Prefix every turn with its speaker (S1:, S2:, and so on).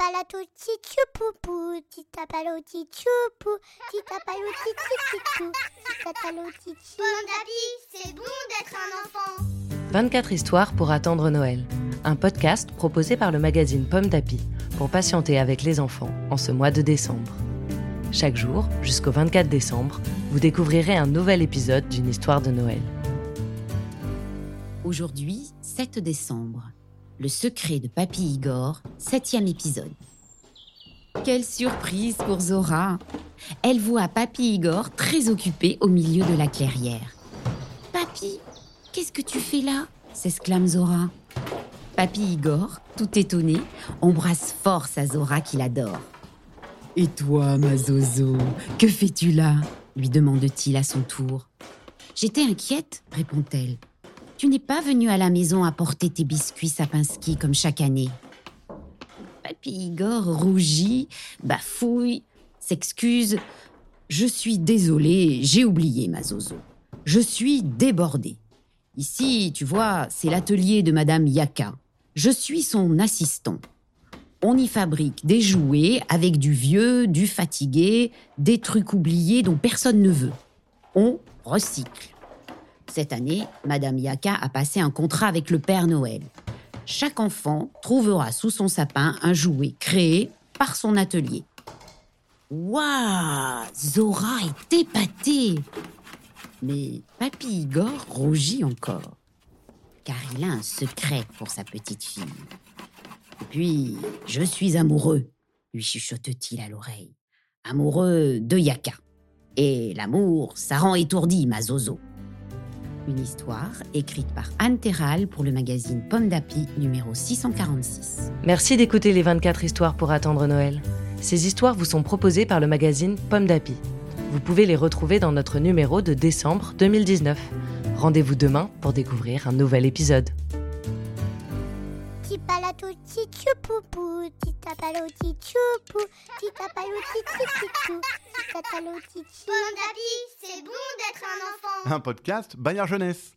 S1: tapalato tchou-pou-pou, titapalo tchou-pou, titapalo tchou-pou, titapalo tchou.
S2: Pomme d'Api, c'est bon d'être un enfant.
S3: 24 histoires pour attendre Noël. Un podcast proposé par le magazine Pomme d'Api pour patienter avec les enfants en ce mois de décembre. Chaque jour, jusqu'au 24 décembre, vous découvrirez un nouvel épisode d'une histoire de Noël.
S4: Aujourd'hui, 7 décembre. Le secret de Papy Igor, 7e épisode. Quelle surprise pour Zora! Elle voit Papy Igor très occupé au milieu de la clairière. « Papy, qu'est-ce que tu fais là ?» s'exclame Zora. Papy Igor, tout étonné, embrasse fort sa Zora qu'il adore. « Et toi, ma Zozo, que fais-tu là ?» lui demande-t-il à son tour. « J'étais inquiète, répond-elle. Tu n'es pas venu à la maison apporter tes biscuits Sapinski comme chaque année. » Papy Igor rougit, bafouille, s'excuse. « Je suis désolé, j'ai oublié ma Zozo. Je suis débordé. Ici, tu vois, c'est l'atelier de Madame Yaka. Je suis son assistant. On y fabrique des jouets avec du vieux, du fatigué, des trucs oubliés dont personne ne veut. On recycle. Cette année, Madame Yaka a passé un contrat avec le Père Noël. Chaque enfant trouvera sous son sapin un jouet créé par son atelier. Waouh! Zora est épatée! Mais Papy Igor rougit encore, car il a un secret pour sa petite fille. Et puis, je suis amoureux, lui chuchote-t-il à l'oreille. Amoureux de Yaka. Et l'amour, ça rend étourdi, ma Zozo. Une histoire écrite par Anne Terral pour le magazine Pomme d'Api, numéro 646.
S3: Merci d'écouter les 24 histoires pour attendre Noël. Ces histoires vous sont proposées par le magazine Pomme d'Api. Vous pouvez les retrouver dans notre numéro de décembre 2019. Rendez-vous demain pour découvrir un nouvel épisode.
S1: Tipalato tchou-pou-pou, titapalo tchou-pou, titapalo tchou-pou, titapalo tchou.
S2: Pomme d'Api, c'est bon d'être un enfant.
S5: Un podcast Bayard Jeunesse.